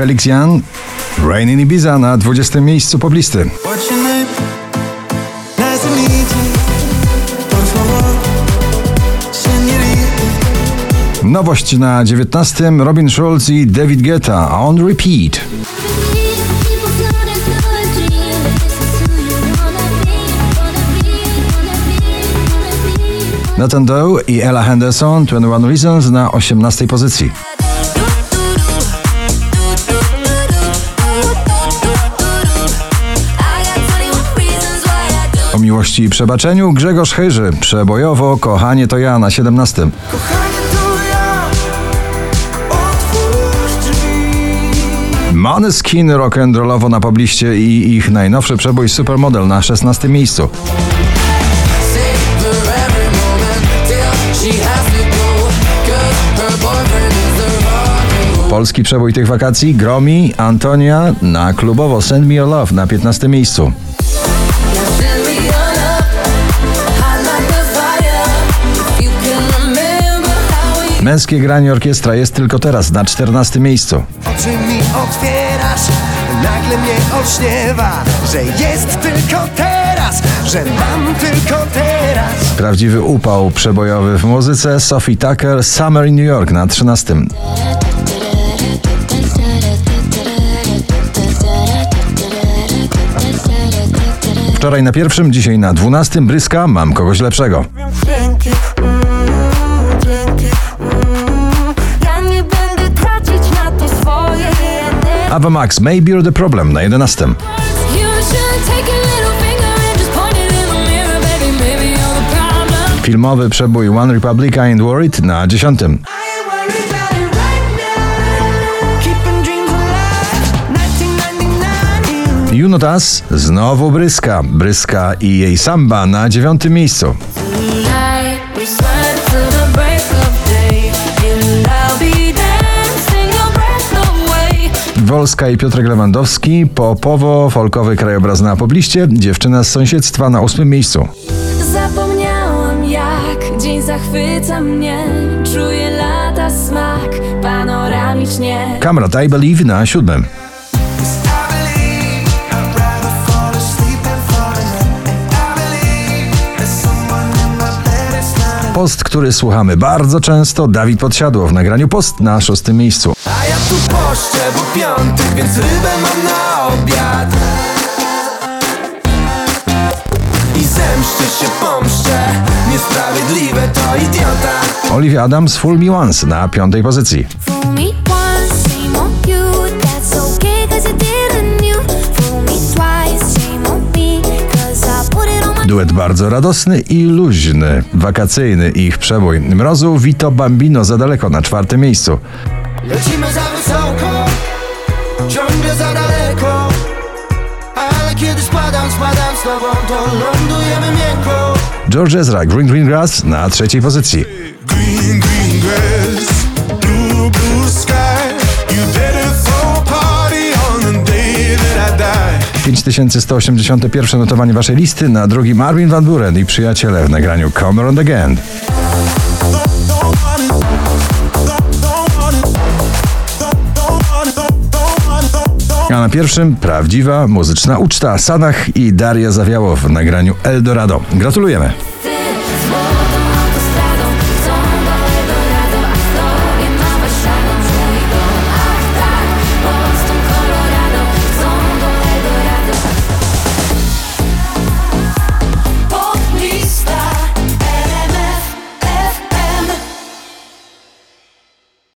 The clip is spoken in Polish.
Felix Jan, Rain in Ibiza na 20. miejscu poblisty. Nowość na 19. Robin Schulz i David Guetta, On Repeat. Nathan Doe i Ella Henderson, 21 Reasons na 18. pozycji. O miłości i przebaczeniu Grzegorz Chyży, przebojowo Kochanie to ja na 17. Måneskin rock'n'rollowo na pobliście i ich najnowszy przebój Supermodel na 16. miejscu. Polski przebój tych wakacji Gromi, Antonia na klubowo Send Me Your Love na 15. miejscu. Męskie granie orkiestra Jest tylko teraz na 14. miejscu. Oczy mi otwierasz, nagle mnie olśniewa, że jest tylko teraz, że mam tylko teraz. Prawdziwy upał przebojowy w muzyce Sophie Tucker, Summer in New York na 13. Wczoraj na 1, dzisiaj na 12. Bryska, Mam kogoś lepszego. Ava Max, Maybe You're the Problem na 11. Filmowy przebój One Republic, I Ain't Worried na 10. You Not Us, znowu Bryska i jej Samba na 9. miejscu. Wolska i Piotrek Lewandowski, popowo-folkowy krajobraz na pobliście, Dziewczyna z sąsiedztwa na 8. miejscu. Zapomniałam jak dzień zachwyca mnie, czuję lata smak panoramicznie. Kamrat, I Believe na 7. Post, który słuchamy bardzo często, Dawid Podsiadło w nagraniu Post na 6. miejscu. A ja tu poszczę, bo piątek, więc rybę mam na obiad. I zemszczę się, pomszczę, niesprawiedliwe to idiota. Olivia Adams, Fool Me Once na 5. pozycji. Duet bardzo radosny i luźny, wakacyjny ich przebój Mrozu, Vito Bambino, Za daleko na 4. miejscu. Lecimy za wysoko, ciągle za daleko, ale kiedy spadam z tobą, to lądujemy miękko. George Ezra, Green Green Grass na 3. pozycji. Green, green grass, blue, blue sky. You better throw a party on the day that I die. 5181 notowanie waszej listy, na 2. Armin van Buuren i Przyjaciele w nagraniu Come Around Again. A na 1. prawdziwa muzyczna uczta Sanach i Daria Zawiałow w nagraniu Eldorado. Gratulujemy!